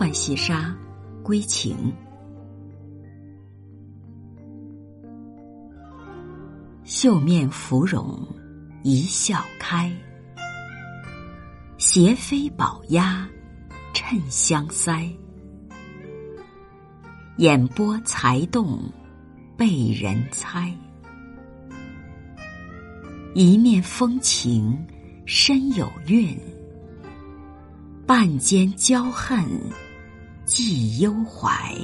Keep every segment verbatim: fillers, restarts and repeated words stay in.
浣溪沙，归情。绣面芙蓉一笑开，斜飞宝鸭衬香腮。眼波才动被人猜，一面风情深有韵，半间骄恨寄幽怀。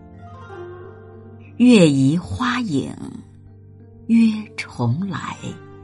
月移花影约重来。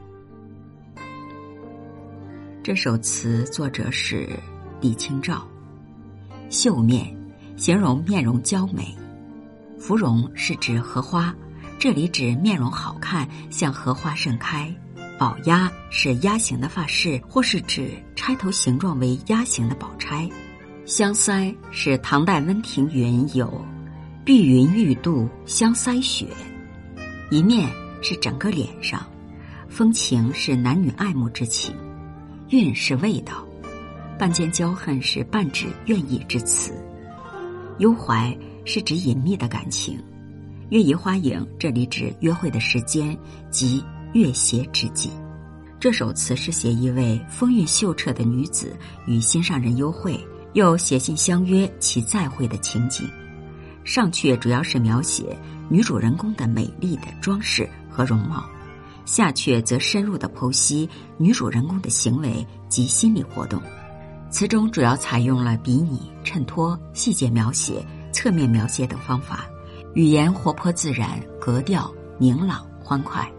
这首词作者是李清照。绣面形容面容娇美，芙蓉是指荷花，这里指面容好看，像荷花盛开。宝鸭是鸭形的发饰，或是指钗头形状为鸭形的宝钗。香腮是唐代温庭筠有碧云玉度香腮雪，一面是整个脸上，风情是男女爱慕之情，韵是味道，半间骄恨是半指愿意之词，幽怀是指隐秘的感情。月移花影这里指约会的时间及月斜之际。这首词是写一位风韵秀澈的女子与心上人幽会，又写信相约其再会的情景。上阙主要是描写女主人公的美丽的装饰和容貌，下阙则深入地剖析女主人公的行为及心理活动。词中主要采用了比拟、衬托、细节描写、侧面描写等方法，语言活泼自然，格调明朗欢快。